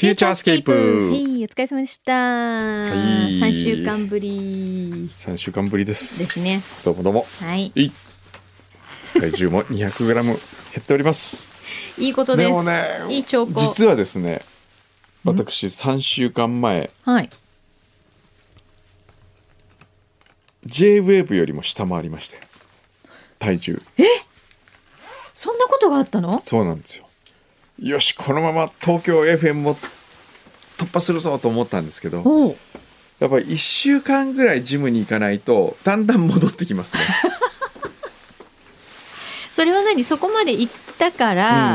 フューチャースケープ。 はい、お疲れ様でした。3週間ぶり。 3週間ぶりです。 ですね。 どうもどうも。 はい。 体重も 200g 減っております。 いいことです。 でもね、 いい兆候。 実はですね、私3週間前、 はい。 J-WAVE よりも下回りましたよ。体重。 そんなことがあったの？ そうなんですよ。よし、このまま東京 FM も突破するぞと思ったんですけど、やっぱり1週間ぐらいジムに行かないとだんだん戻ってきますね。 それは何？そこまで行ったから、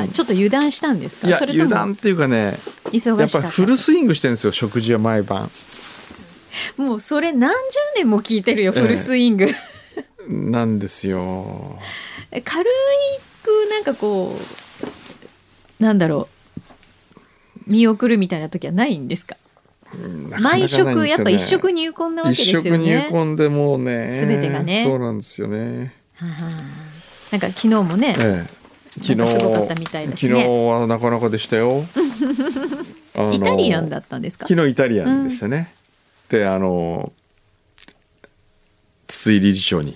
ちょっと油断したんですか？ いや、 それとも油断っていうかね、 忙しかった。 やっぱりフルスイングしてるんですよ、食事は毎晩。もうそれ何十年も聞いてるよ、フルスイング。 なんですよ。 軽くなんかこうなんだろう、見送るみたいな時はないんですか？毎食やっぱ一食入魂なわけですよね。 一食入魂でもうね、 全てがね。 そうなんですよね。 なんか昨日もね、昨日すごかったみたいだしね。 昨日はなかなかでしたよ。 イタリアンだったんですか？ 昨日イタリアンでしたね。で筒井理事長に、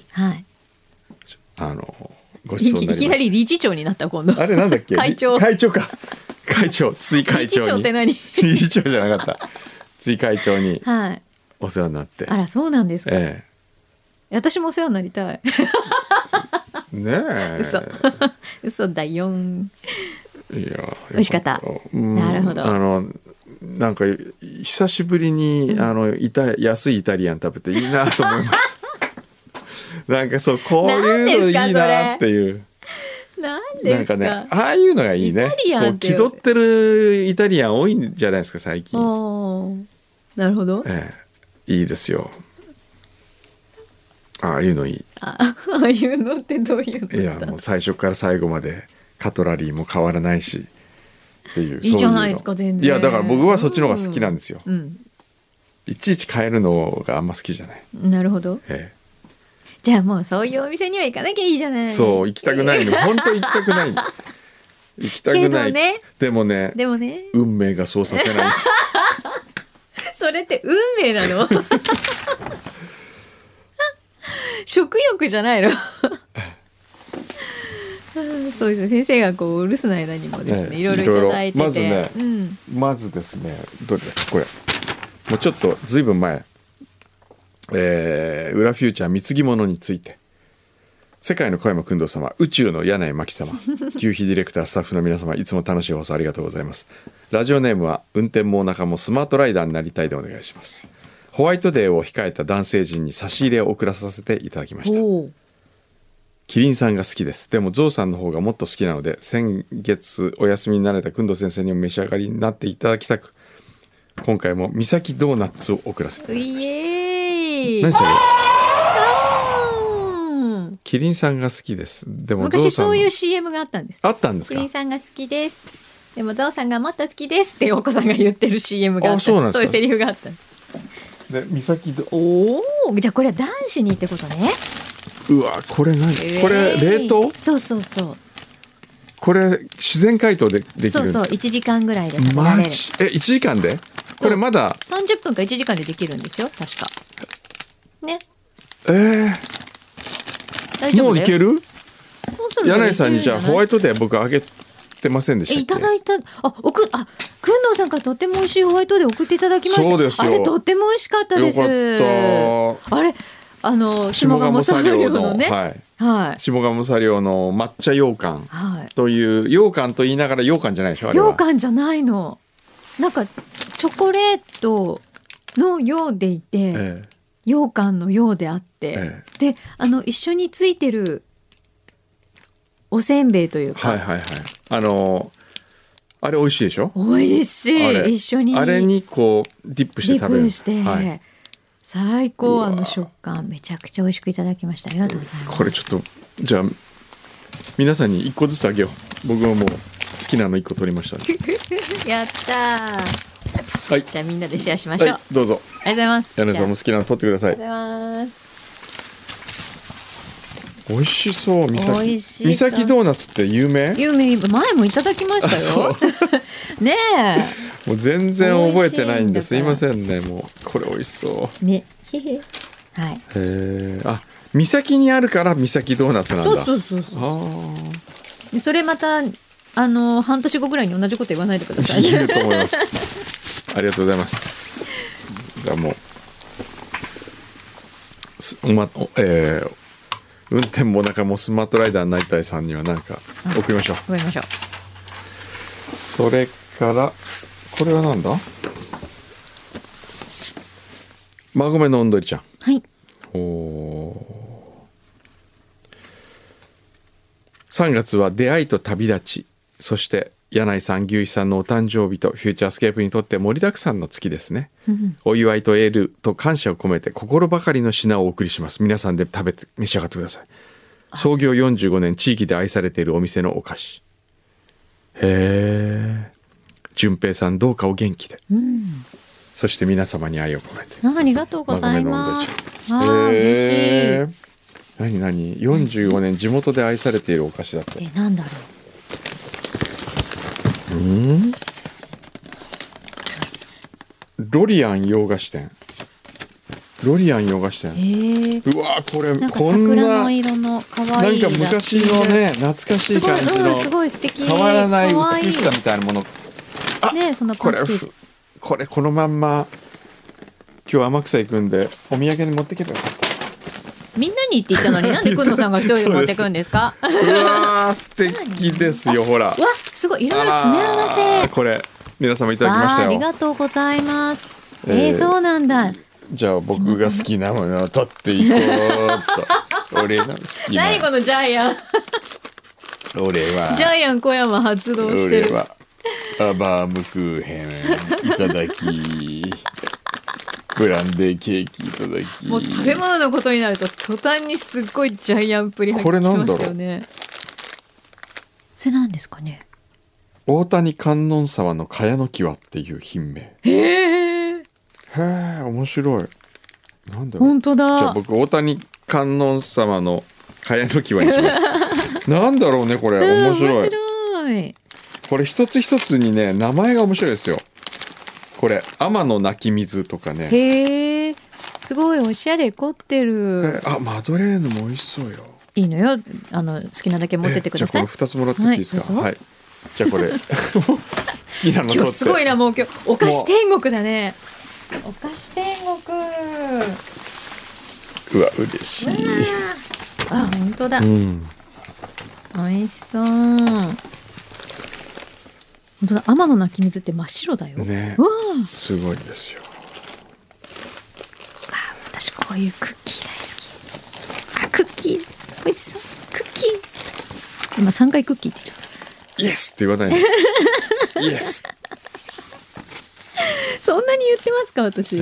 ご馳走になりました。いきなり理事長になった。今度あれなんだっけ？会長か。会長、追会長に。理事長って何？理事長じゃなかった。追会長にお世話になって。 あら、そうなんですか。私もお世話になりたい。 ねえ。 嘘だよん。 いや、 美味しかった。なるほど。 なんか久しぶりに安いイタリアン食べていいなと思いました。なんかそう、こういうのいいなっていう。なんかね、ああいうのがいいね。こう気取ってるイタリアン多いんじゃないですか最近。 なるほど。 いいですよ。ああいうのいい。 ああいうのってどういうの？ いや、もう最初から最後までカトラリーも変わらないしっていう。 いいじゃないですか全然。 いや、だから僕はそっちの方が好きなんですよ。いちいち変えるのがあんま好きじゃない。 なるほど。じゃあもうそういうお店には行かなきゃいいじゃない。 そう、行きたくないの。本当行きたくないの。行きたくない。 ね、 でもね、運命がそうさせないです。 それって運命なの？食欲じゃないの？そうですね。先生がこう留守の間にもですね、いろいろいただいてて、 まずですね、どれだっけこれ。もうちょっとずいぶん前。裏フューチャー貢ぎ物について、世界の小山君堂様、宇宙の柳井真紀様、旧費ディレクタースタッフの皆様、いつも楽しい放送ありがとうございます。ラジオネームは運転もお腹もスマートライダーになりたいでお願いします。ホワイトデーを控えた男性陣に差し入れを送らさせていただきました。キリンさんが好きです。でもゾウさんの方がもっと好きなので、先月お休みになられた君堂先生にも召し上がりになっていただきたく、今回も三崎ドーナツを送らせていただきました。何それ？キリンさんが好きです。でも昔そういう CM があったんです。 あったんですか？ キリンさんが好きです。でもゾウさんがもっと好きですってお子さんが言ってる CM があった。 そうなんですか？ そういうセリフがあった。 で、三崎じゃあこれは男子にってことね。 うわ、これ何？これ冷凍？ そうそうそう。 これ自然解凍でできるんですか？ そう1時間ぐらいで食べられる。 1時間で？これまだ 30分か1時間でできるんですよ、確かね。大丈夫？ もういける？柳井さんにじゃあホワイトデー僕あげてませんでしたっけ？ いただいた。君堂さんからとっても美味しいホワイトデー送っていただきました。 そうですよ。 あれとっても美味しかったです。 よかった。 あれ下鴨茶寮のね、 下鴨茶寮の抹茶羊羹という羊羹と言いながら羊羹じゃないでしょ？あれは羊羹じゃないの。なんかチョコレートのようでいて、羊羹のようであって、で一緒についてるおせんべいというか、 あれ美味しいでしょ？ 美味しい。一緒にあれにこうディップして食べる。 最高。食感めちゃくちゃ美味しくいただきました。ありがとうございます。 これちょっとじゃあ皆さんに1個ずつあげよう。僕はもう好きなの1個取りましたね。 やったー。じゃあみんなでシェアしましょう。 どうぞ。 ありがとうございます。 柳井さんも好きなの取ってください。 ありがとうございます。 美味しそう。三崎ドーナツって有名？ 前もいただきましたよ。ねえ。 もう全然覚えてないんですいませんね。もうこれ美味しそうね。はい。 あ、三崎にあるから三崎ドーナツなんだ。 そうでそれまた半年後ぐらいに同じこと言わないでください。 言うと思いますありがとうございます。じゃあもう運転もなんかもうスマートライダーになりたいさんには何か送りましょう。 送りましょう。 それからこれはなんだ、馬込のおんどりちゃん。 はい。 3月は出会いと旅立ち、そして柳井さん、牛一さんのお誕生日とフューチャースケープにとって盛りだくさんの月ですね。お祝いとエールと感謝を込めて心ばかりの品をお送りします。皆さんで食べて召し上がってください。創業45年、地域で愛されているお店のお菓子。純平さんどうかお元気で、そして皆様に愛を込めて。 ありがとうございます。嬉しい。 何45年地元で愛されているお菓子だって。 なんだろう。ロリアン洋菓子店。うわこれなんかこんな桜の色の可愛いなんか昔のね懐かしい感じのすごい素敵、 変わらない美しさみたいなもの。 ね、そのパッケージこれこのまんま今日天草行くんでお土産に持ってけばよかった。 みんなにって言ったのになんでくんのさんが一人で持ってくんですか。 うわ素敵ですよほら。 わすごいいろいろ詰め合わせ。 これ皆様いただきましたよ。 ありがとうございます。そうなんだ。 じゃあ僕が好きなものを取っていこうと。俺の好きな。 何このジャイアン。 俺はジャイアン小山発動してる。 俺はバームクーヘンいただき。ブランデーケーキいただき。 もう食べ物のことになると途端にすっごいジャイアンプリ発揮しますよね。それなんですかね。 大谷観音沢の茅の木はっていう品名。 へえ面白い。なんだろう。 本当だ。 じゃあ僕大谷観音様の茅の木はにします。なんだろうねこれ。面白い。 面白い。 これ一つ一つにね名前が面白いですよ。これ天の泣き水とかね。 へえすごいおしゃれ凝ってる。 マドレーヌも美味しそうよ。 いいのよ好きなだけ持ってってください。 じゃあこれ2つもらっていいですか。はい。じゃあこれ好きなの取って。 今日すごいなもう今日お菓子天国だね。お菓子天国。 うわ嬉しい。 本当だ。美味しそう。本当だ天の泣き水って真っ白だよ。 ね。すごいですよ。 私こういうクッキー大好き。クッキー美味しそう。クッキー。今3回クッキーって言っちゃった。 イエスって言わないの。イエス。 そんなに言ってますか私。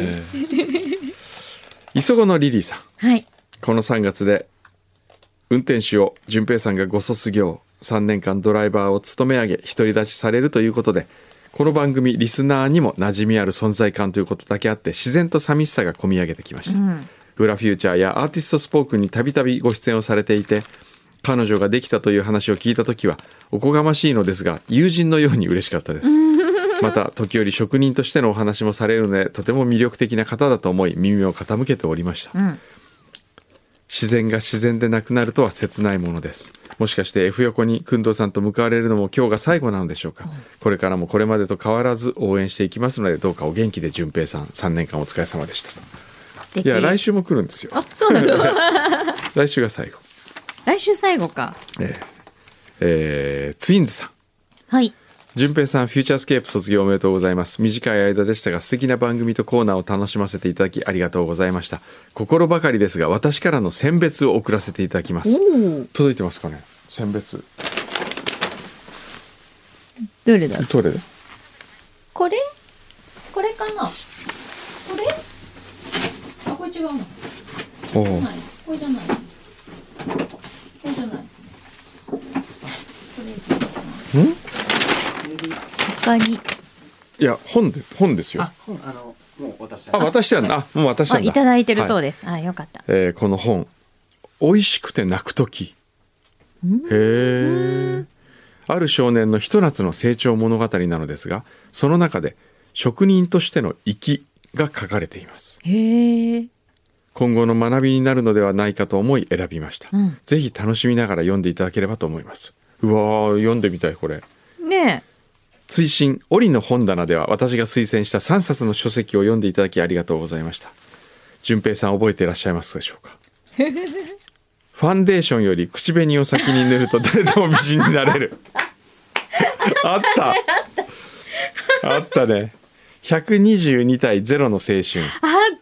磯子のリリーさん。 はい。 この3月で運転手を順平さんがご卒業。3年間ドライバーを務め上げ独り立ちされるということで、この番組リスナーにも馴染みある存在感ということだけあって自然と寂しさがこみ上げてきました。裏フューチャーやアーティストスポークンにたびたびご出演をされていて、彼女ができたという話を聞いた時はおこがましいのですが友人のように嬉しかったです。また時折職人としてのお話もされるのでとても魅力的な方だと思い耳を傾けておりました。自然が自然でなくなるとは切ないものです。もしかして F 横に工藤さんと向かわれるのも今日が最後なのでしょうか。これからもこれまでと変わらず応援していきますのでどうかお元気で。順平さん3年間お疲れ様でした。いや来週も来るんですよ。 そうなんですか。 来週が最後。 来週最後か。 ツインズさん。 はい。 順平さんフューチャースケープ卒業おめでとうございます。短い間でしたが素敵な番組とコーナーを楽しませていただきありがとうございました。心ばかりですが私からの選別を送らせていただきます。届いてますかね選別。 どれだ。 どれ。 これかな。これこれ違うの。これじゃない。他に。 いや本ですよ。 もう渡して渡してあるの。もう渡してあるんだ。 いただいてるそうです。よかった。 この本美味しくて泣くとき。ある少年のひと夏の成長物語なのですが、その中で職人としての粋が書かれています。 へえ。 今後の学びになるのではないかと思い選びました。ぜひ楽しみながら読んでいただければと思います。うわー、読んでみたいこれ。 ねえ。 追伸折の本棚では私が推薦した3冊の書籍を読んでいただきありがとうございました。順平さん覚えていらっしゃいますでしょうか。ファンデーションより口紅を先に塗ると誰でも美人になれる。あったね。122対0の青春。 あった。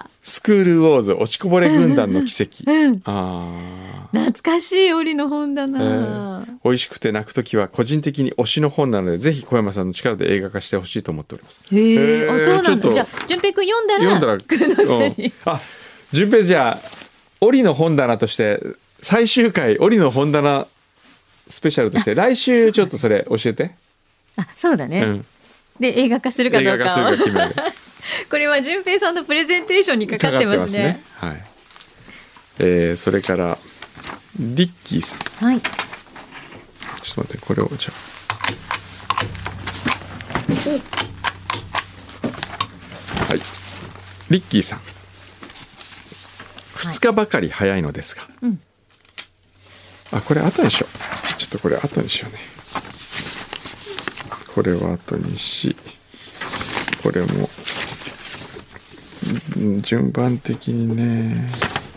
スクールウォーズ落ちこぼれ軍団の奇跡。 懐かしい折の本棚、 美味しくて泣くときは個人的に推しの本なのでぜひ小山さんの力で映画化してほしいと思っております。 へえ。あ、そうなんだ。じゃあ順平くん読んだらあ、順平じゃあ折の本棚として最終回折の本棚スペシャルとして来週ちょっとそれ教えて。 あ、そうだね、で映画化するかどうかを決める。これは順平さんのプレゼンテーションにかかってますね。 はい。それからリッキーさん。 はい。 ちょっと待って、これをじゃあ。はい。リッキーさん。2日ばかり早いのですが。あ、これ後にしよう。ちょっとこれ後にしようね。これは後にし、これも順番的にね。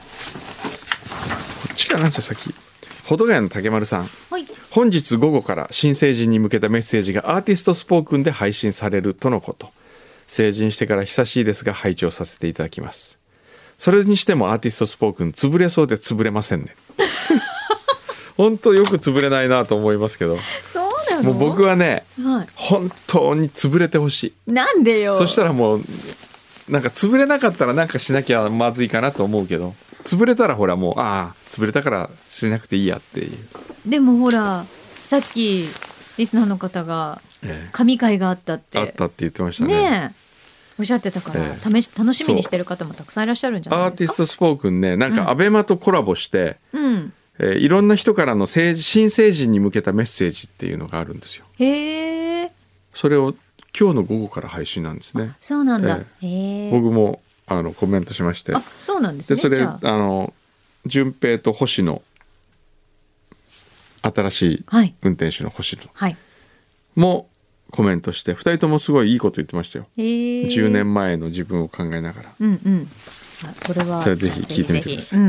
こっちかな、じゃあ先。保土ヶ谷の竹丸さん、 はい、 本日午後から新成人に向けたメッセージがアーティストスポークンで配信されるとのこと。成人してから久しいですが拝聴させていただきます。それにしてもアーティストスポークン潰れそうで潰れませんね。本当よく潰れないなと思いますけど。 そうなの？ もう僕はね、 はい、 本当に潰れてほしい。 なんでよ。 そしたらもうなんか潰れなかったらなんかしなきゃまずいかなと思うけど、潰れたらほらもう潰れたからしなくていいやっていう。 でもほらさっきリスナーの方が神回があったって言ってましたね。 ねえおっしゃってたから、楽しみにしてる方もたくさんいらっしゃるんじゃないですか。 アーティストスポークンね、なんかアベマとコラボして、いろんな人からの新成人に向けたメッセージっていうのがあるんですよ。 へえ。 それを今日の午後から配信なんですね。 そうなんだ。へえ。 僕もコメントしまして。 あ、そうなんですね。 でそれ順平と星野、新しい運転手の星野、はい、もコメントして2人ともすごいいいこと言ってましたよ。10年前の自分を考えながら、これはそれぜひ聞いてみてくださ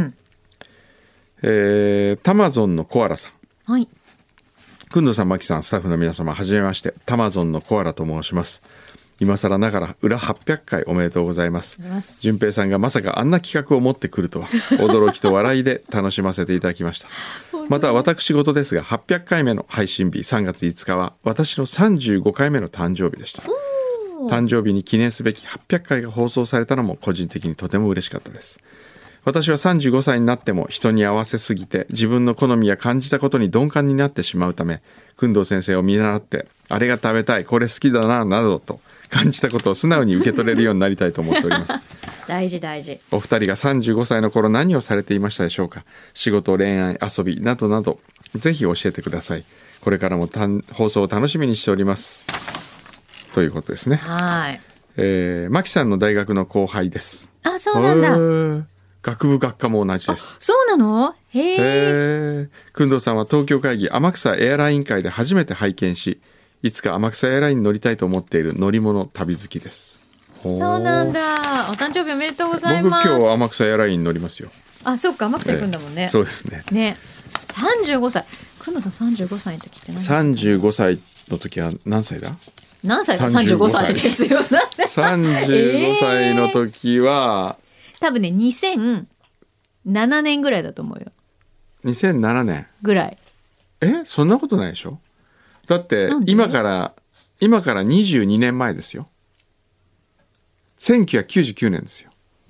い。タマゾンのコアラさん、はい、くんどさん、まきさん、スタッフの皆様はじめまして、タマゾンのコアラと申します。今更ながら裏800回おめでとうございます。順平さんがまさかあんな企画を持ってくるとは驚きと笑いで楽しませていただきました。また私事ですが、800回目の配信日3月5日は私の35回目の誕生日でした。誕生日に記念すべき800回が放送されたのも個人的にとても嬉しかったです。私は35歳になっても人に合わせすぎて自分の好みや感じたことに鈍感になってしまうため、工藤先生を見習ってあれが食べたい、これ好きだななどと感じたことを素直に受け取れるようになりたいと思っております。 大事大事。 お二人が35歳の頃何をされていましたでしょうか。仕事、恋愛、遊びなどなどぜひ教えてください。これからも放送を楽しみにしておりますということですね。 はい。 マキさんの大学の後輩です。 あ、そうなんだ。 学部学科も同じです。 そうなの？へえ。工藤さんは東京会議天草エアライン会で初めて拝見し、いつか天草エアラインに乗りたいと思っている乗り物旅好きです。 そうなんだ。お誕生日おめでとうございます。 僕今日天草エアラインに乗りますよ。 あ、そっか、天草行くんだもんね。 そうですね。 ね。35歳。工藤さん35歳の時って何ですか ？35歳の時は何歳だ？ 何歳だ？35歳ですよ。 35歳の時は、 多分ね、2007年ぐらいだと思うよ。 2007年ぐらい。 そんなことないでしょ。だって今から22年前ですよ。1999年ですよ。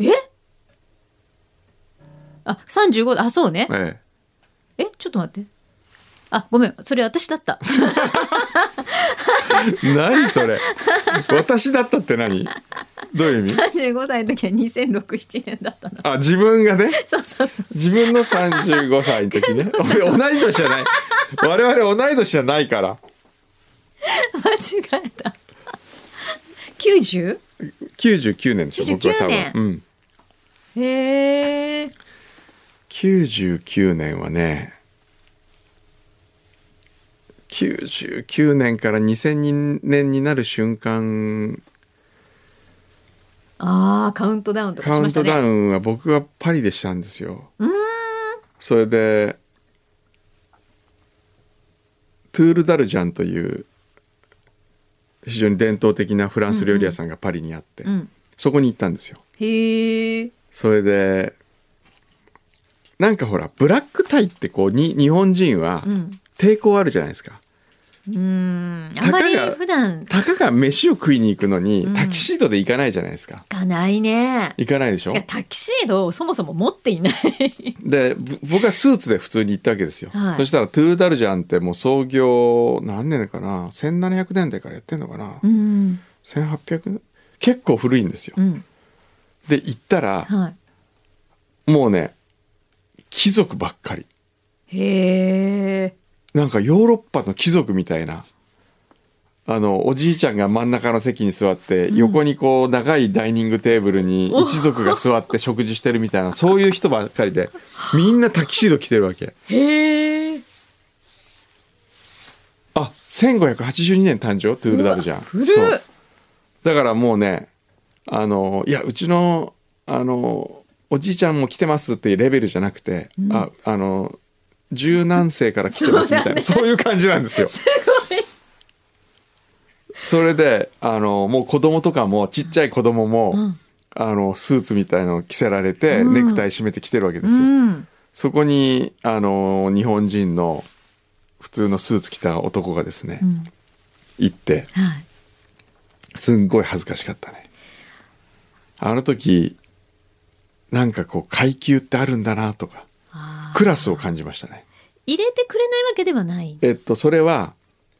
あ、35だ。あ、そうね。ちょっと待って。あ、ごめん、それ私だった。 何それ。私だったって何？どういう意味 ？35歳の時は2006、7年だったの。 あ、自分がね。 そう。 自分の35歳の時ね。俺同い年じゃない。我々同い年じゃないから。 間違えた。 90？ 99年ですよ僕は多分、うん、 へえ。 99年はね、99年から2000年になる瞬間、 カウントダウンとかしましたね。 カウントダウンは僕はパリでしたんですよ。それでトゥール・ダルジャンという非常に伝統的なフランス料理屋さんがパリにあって、そこに行ったんですよ。 へえ。 それでなんかほらブラックタイってこう日本人は抵抗あるじゃないですか。 あんまり普段たかが飯を食いに行くのに、タキシードで行かないじゃないですか。 行かないね。 行かないでしょ。 いやタキシードをそもそも持っていないで僕はスーツで普通に行ったわけですよ、はい、そしたらトゥールダルジャンってもう創業何年かな、1700年代からやってんのかな、1800年、結構古いんですよ、で行ったら、はい、もうね貴族ばっかり。 へえ。 なんかヨーロッパの貴族みたいな、おじいちゃんが真ん中の席に座って、横にこう長いダイニングテーブルに一族が座って食事してるみたいな、そういう人ばっかりで、みんなタキシード着てるわけ。 へー。 1582年誕生トゥールダルジャン。 古っ。 そうだからもうね、いやうちのおじいちゃんも来てますっていうレベルじゃなくて、十何世から来てますみたいな、そういう感じなんですよ。 すごい。 それでもう子供とかもちっちゃい子供も、スーツみたいなの着せられて、ネクタイ締めてきてるわけですよ、そこに日本人の普通のスーツ着た男がですね、行って、はい、すんごい恥ずかしかったね。あの時なんかこう階級ってあるんだなとか、クラスを感じましたね。 入れてくれないわけではない。 それは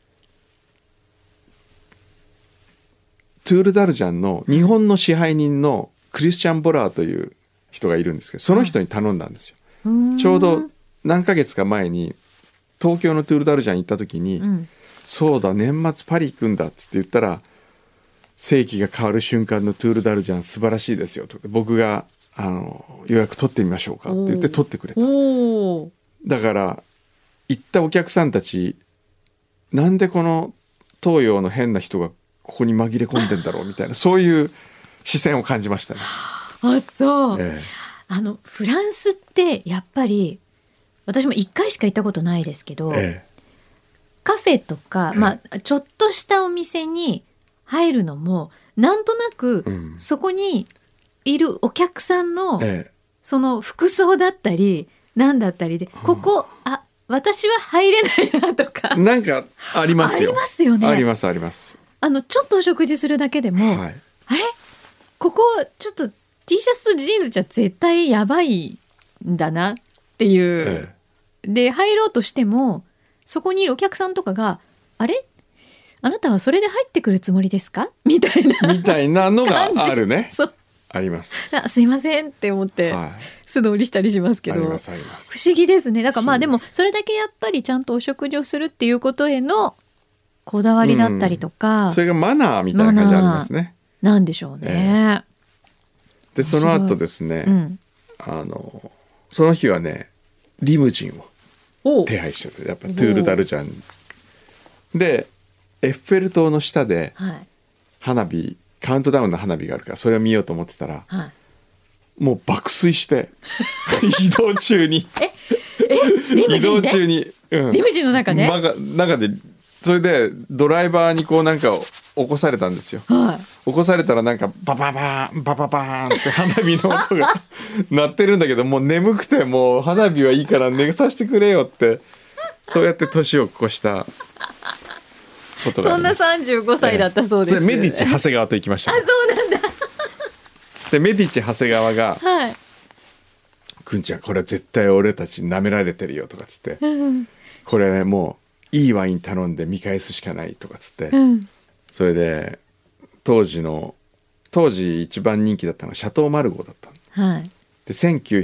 トゥールダルジャンの日本の支配人のクリスチャン・ボラーという人がいるんですけど、その人に頼んだんですよ、ちょうど何ヶ月か前に東京のトゥールダルジャン行った時に、そうだ年末パリ行くんだっつって言ったら、世紀が変わる瞬間のトゥールダルジャン素晴らしいですよと、僕が予約取ってみましょうかって言って取ってくれた。だから行ったお客さんたち、なんでこの東洋の変な人がここに紛れ込んでんだろうみたいな、そういう視線を感じましたね。 あ、そう、フランスってやっぱり私も1回しか行ったことないですけど、カフェとか、ちょっとしたお店に入るのもなんとなく、そこにいるお客さんの、その服装だったりなんだったりで、ここ私は入れないなとかなんかありますよ。 ありますよね。 ありますあります。 ちょっとお食事するだけでも、あれここちょっと T シャツとジーンズじゃ絶対やばいんだなっていう、で入ろうとしてもそこにいるお客さんとかが、あれあなたはそれで入ってくるつもりですかみたいなのがあるね。 そうあります。 すいませんって思って、素通りしたりしますけど、 ありますあります。 不思議ですね。だからでもそれだけやっぱりちゃんとお食事をするっていうことへのこだわりだったりとか、 それがマナーみたいな感じありますね。 なんでしょうね。 でその後ですね、その日はねリムジンを手配してて、やっぱトゥールダルジャンでエッフェル塔の下で花火、カウントダウンの花火があるから、それを見ようと思ってたら、もう爆睡して移動中にリムジンで移動中に、 リムジンの中でそれでドライバーにこうなんか起こされたんですよ、起こされたらなんかバババーンバババーンって花火の音が鳴ってるんだけど、もう眠くてもう花火はいいから寝させてくれよって、そうやって年を越したことがあります。 そんな35歳だったそうです。 それメディチ長谷川と行きました、 そうなんだ。 でメディチ長谷川が、くんちゃんこれは絶対俺たち舐められてるよとかつって、これねもういいワイン頼んで見返すしかないとかつって、それで当時一番人気だったのはシャトーマルゴーだったの、で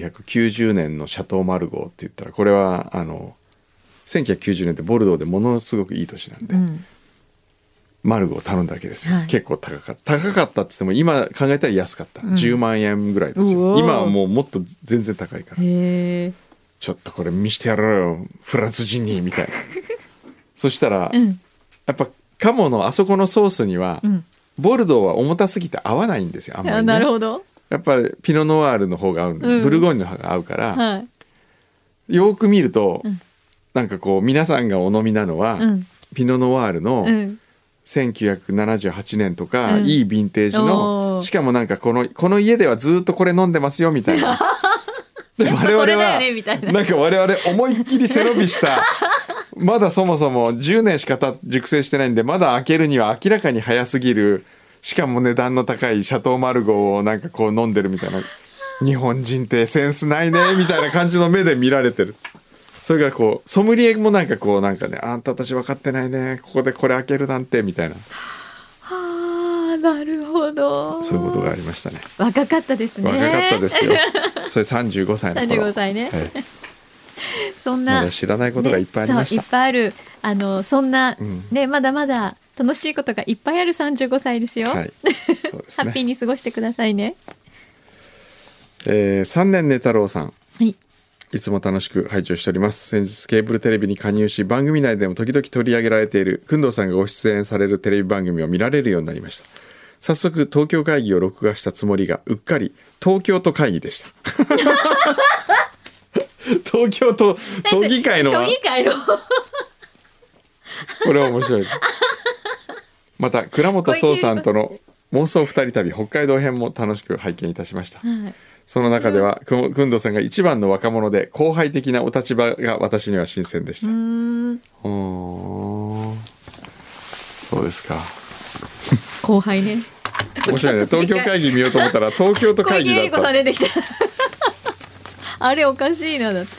1990年のシャトーマルゴーって言ったら、これは1990年ってボルドーでものすごくいい年なんで、 マルゴを頼んだわけですよ、 はい、 結構高かったって言っても今考えたら安かった、10万円ぐらいですよ。今はもうもっと全然高いから、ちょっとこれ見してやろうよフランス人にみたいなそしたら、やっぱ鴨のあそこのソースには、ボルドーは重たすぎて合わないんですよあんまり、ね、 なるほど。 やっぱりピノノワールの方が合う、ブルゴーニュの方が合うから、はい、よく見ると、なんかこう皆さんがお飲みなのは、ピノノワールの、1978年とか、いいヴィンテージの、しかもなんかこの家ではずっとこれ飲んでますよみたいなで我々はなんか我々思いっきり背伸びしたまだそもそも10年しか熟成してないんでまだ開けるには明らかに早すぎる、しかも値段の高いシャトーマルゴーをなんかこう飲んでるみたいな、日本人ってセンスないねみたいな感じの目で見られてる。それがこうソムリエもなんかこうなんかね、あんたたち分かってないね、ここでこれ開けるなんてみたいな。 はあ、なるほど。 そういうことがありましたね。 若かったですね。 若かったですよ。それ35歳の頃。 35歳ね。 はい、 そんなまだ知らないことがいっぱいありました。 ね、そういっぱいあるそんな、ね、まだまだ楽しいことがいっぱいある35歳ですよ。はい、そうですね。ハッピーに過ごしてくださいね。 3年寝太郎さん。 はい。 いつも楽しく拝聴しております。先日ケーブルテレビに加入し、番組内でも時々取り上げられている工藤さんがご出演されるテレビ番組を見られるようになりました。早速東京会議を録画したつもりがうっかり東京都会議でした東京都都議会のこれは面白いまた倉本壮さんとの妄想二人旅北海道編も楽しく拝見いたしました、はい、その中では工藤さんが一番の若者で後輩的なお立場が私には新鮮でした。そうですか。 後輩ね。 面白いね。東京会議見ようと思ったら東京都会議だった。小池百合子さん出てきたあれおかしいなだって。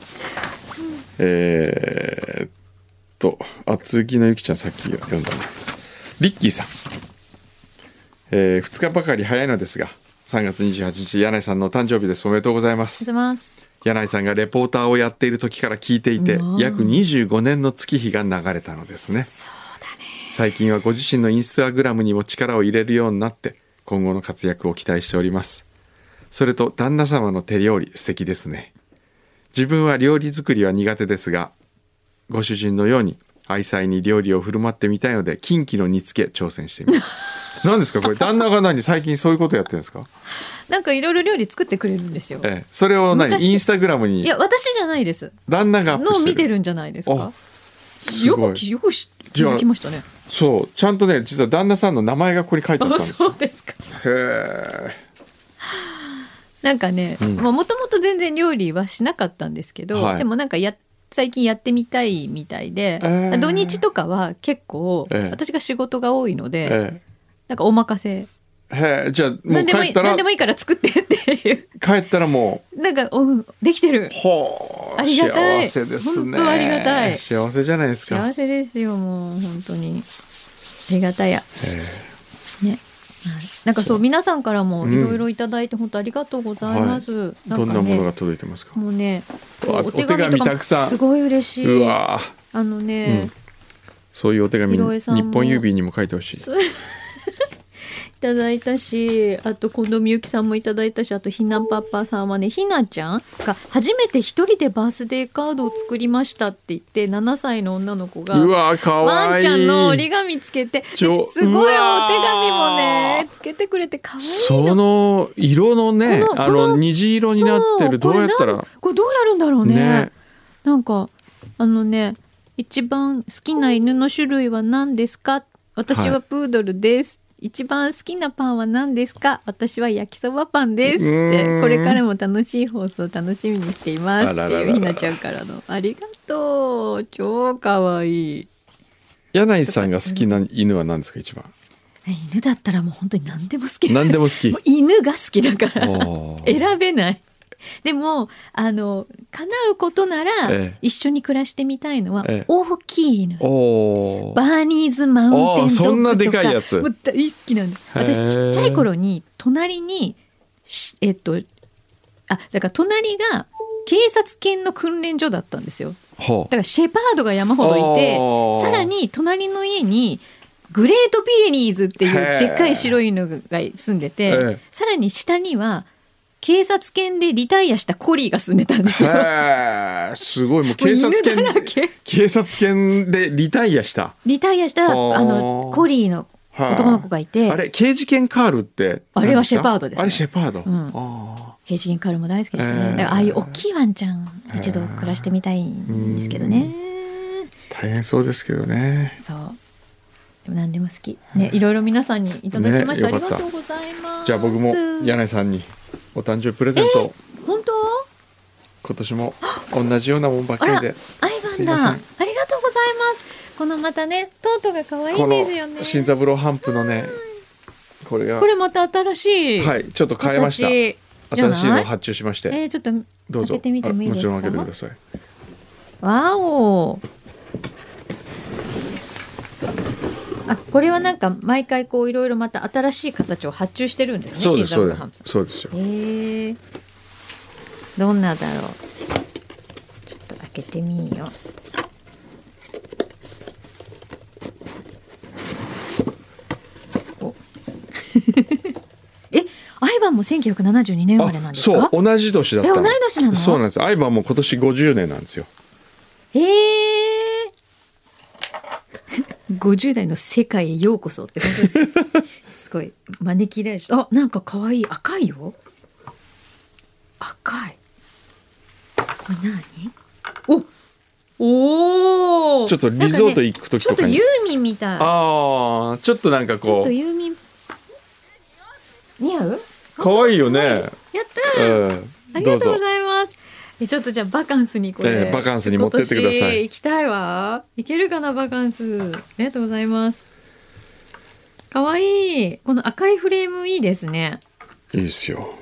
厚木のゆきちゃんさっき読んだね。リッキーさん、2日ばかり早いのですが3月28日柳井さんのお誕生日です。おめでとうございます。柳井さんがレポーターをやっている時から聞いていて約25年の月日が流れたのですね。 そうだね。 最近はご自身のインスタグラムにも力を入れるようになって今後の活躍を期待しております。それと旦那様の手料理素敵ですね。自分は料理作りは苦手ですがご主人のように愛妻に料理を振る舞ってみたいのでキンキの煮付け挑戦してみます何ですかこれ、旦那が最近そういうことやってるんですか？ なんかいろいろ料理作ってくれるんですよ、 それをインスタグラムに。 いや私じゃないです、 旦那がアップしてるの見てるんじゃないですか。よく気づきましたね。 そうちゃんとね実は旦那さんの名前がここに書いてあったんですよ。 そうですか。 へー。 なんかねもともと全然料理はしなかったんですけど、はい、でもなんか最近やってみたいみたいで、土日とかは結構、私が仕事が多いので、なんかお任せ。 じゃあもう帰ったら何でもいいから作ってっていう帰ったらもうなんかできてる。 ありがたい。幸せですね。 本当ありがたい。 幸せじゃないですか。 幸せですよもう本当にありがたやね。なんかそう皆さんからもいろいろいただいて本当ありがとうございます、はい、 どんなものが届いてますか？ もうねお手紙とかもすごい嬉しい。 うわそういうお手紙日本郵便にも書いてほしいいただいたし、あと近藤美幸さんもいただいたし、あとひなパパさんはね、ひなちゃんが初めて一人でバースデーカードを作りましたって言って7歳の女の子がうわかわいいワンちゃんの折り紙つけてすごいお手紙もねつけてくれてかわいいの。 その色のね虹色になってる。どうやったらこれどうやるんだろう ね。なんか一番好きな犬の種類は何ですか？私はプードルです、一番好きなパンは何ですか？私は焼きそばパンですってこれからも楽しい放送楽しみにしていますっていうひなちゃんからのありがとう。超かわいい。 柳井さんが好きな犬は何ですか？一番犬だったらもう本当に何でも好き。 何でも好き。 もう犬が好きだから選べない。でも叶うことなら、一緒に暮らしてみたいのは、大きい犬。バーニーズマウンテンドッグとかそんなでかいやつもう大好きなんです。私ちっちゃい頃に隣にだから隣が警察犬の訓練所だったんですよ。だからシェパードが山ほどいて、さらに隣の家にグレートピレニーズっていうでっかい白い犬が住んでて、さらに下には警察犬でリタイアしたコリーが住んでたんですよ。 すごい、もう警察犬でリタイアしたコリーの男の子がいて、 あれ刑事犬カールってあれはシェパードですね。 あれシェパード、 刑事犬カールも大好きですね。だからああいう大きいワンちゃん一度暮らしてみたいんですけどね。 大変そうですけどね。 そうでも何でも好きね。いろいろ皆さんにいただきました、ありがとうございます。 じゃあ僕も柳井さんにお誕生日プレゼント、 本当今年も同じようなもんばっかりで。 アイバンだ。ありがとうございます。このまたねトートが可愛いですよね。 この新三郎ハンプのね、これまた新しい、 はい、ちょっと変えました。新しいのを発注しまして、 ちょっとどうぞ開けてみてもいいですか。 もちろん開けてください。 わお。これはなんか毎回こういろいろまた新しい形を発注してるんですね。 そうですそうですそうですよ。 どんなだろう。ちょっと開けてみよう。アイバンも1972年生まれなんですか。 そう、同じ年だった。 同い年なの。 そうなんです。アイバンも今年50年なんですよ。 50代の世界へようこそって本当にすごい招き入れるし、なんか可愛い赤いよ。赤い。これ何？おちょっとリゾート行く時とかに、 ちょっとユーミンみたい。 ちょっとなんかこう。 ちょっとユーミン似合う？ 可愛いよね。やったー。ありがとうございます。ちょっとじゃあバカンスにこれ、 バカンスに持ってってください。 行きたいわ。行けるかなバカンス。ありがとうございます。かわいい。この赤いフレームいいですね。 いいですよ。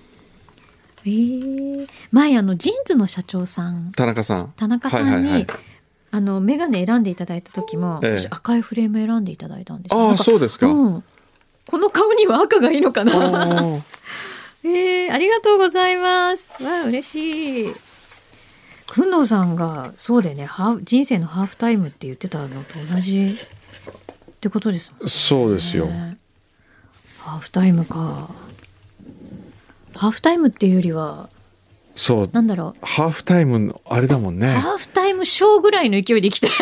前ジーンズの社長さん、田中さんに、メガネ選んでいただいた時も、私赤いフレーム選んでいただいたんですよ。 そうですか。 この顔には赤がいいのかな。ありがとうございます。わあ嬉しい。工藤さんがそうでね、人生のハーフタイムって言ってたのと同じってことですもんね。 そうですよ。 ハーフタイムか。ハーフタイムっていうよりは、 そうなんだろう。 ハーフタイムのあれだもんね。 ハーフタイムショーぐらいの勢いで行きたい。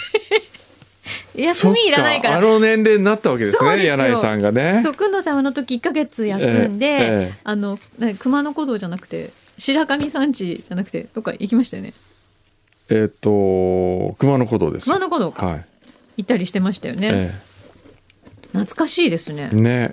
休みいらないから。 あの年齢になったわけですね。柳井さんがね。 そう、工藤さんはあの時1ヶ月休んで、熊野古道じゃなくて白神山地じゃなくてどっか行きましたよね。 熊野古道です。 熊野古道か、行ったりしてましたよね。懐かしいですね。 ね。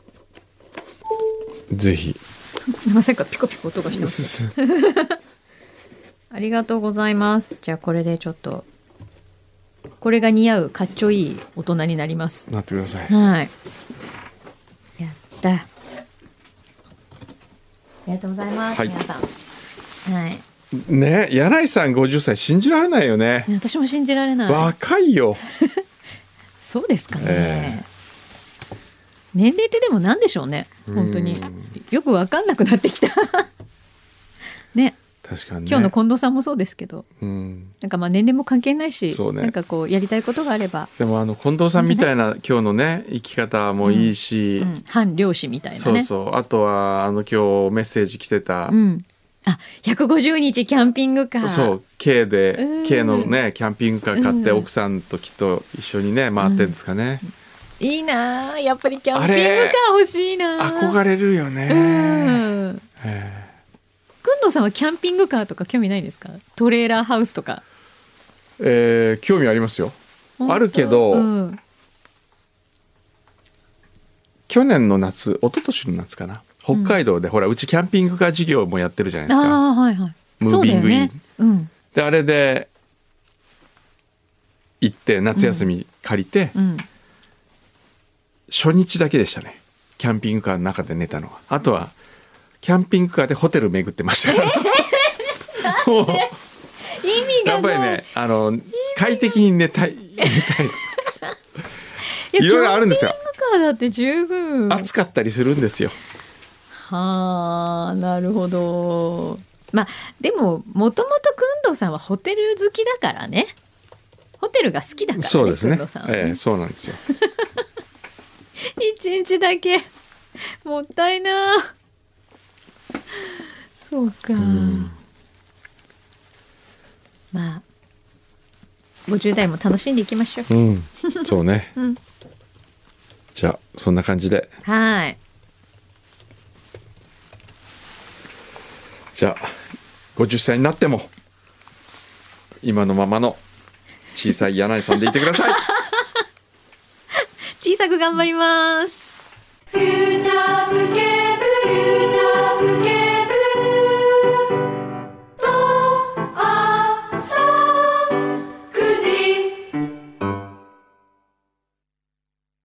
ぜひ。 なぜかピコピコ音がしてます。ありがとうございます。じゃあこれでちょっと。これが似合うかっちょいい大人になります。 なってください。 はい。やった。ありがとうございます。皆さん。はい。 ね、柳井さん50歳信じられないよね。 私も信じられない。 若いよ。 そうですかね。年齢ってでもなんでしょうね。本当によく分かんなくなってきた。ね。 確かにね、 今日の近藤さんもそうですけど、なんか年齢も関係ないし、なんかこうやりたいことがあれば。 でも近藤さんみたいな今日のね生き方もいいし、 反漁師みたいなね。 そうそう。あとは今日メッセージ来てた、 150日キャンピングカー。 そう K のねキャンピングカー買って奥さんときっと一緒にね回ってんですかね。 いいな、やっぱりキャンピングカー欲しいな。 憧れるよね。 工藤さんはキャンピングカーとか興味ないですか？トレーラーハウスとか。 興味ありますよ。あるけど、去年の夏、一昨年の夏かな、北海道で、ほらうちキャンピングカー事業もやってるじゃないですか。ムービングイン、であれで行って夏休み借りて、初日だけでしたね、キャンピングカーの中で寝たのは。あとはキャンピングカーでホテル巡ってました。もう意味がない。 やっぱりね、快適に寝たい。いろいろあるんですよ。 キャンピングカーだって十分暑かったりするんですよ。 はあ、なるほど。でももともと工藤さんはホテル好きだからね。ホホテルが好きだからね。 そうですね。そうなんですよ。 一日だけもったいな。そうか。まあ50代も楽しんでいきましょう。そうね。じゃあそんな感じで。 はい。 じゃあ50歳になっても今のままの小さい柳井さんでいてください。 小さく頑張ります。フューチャースケープ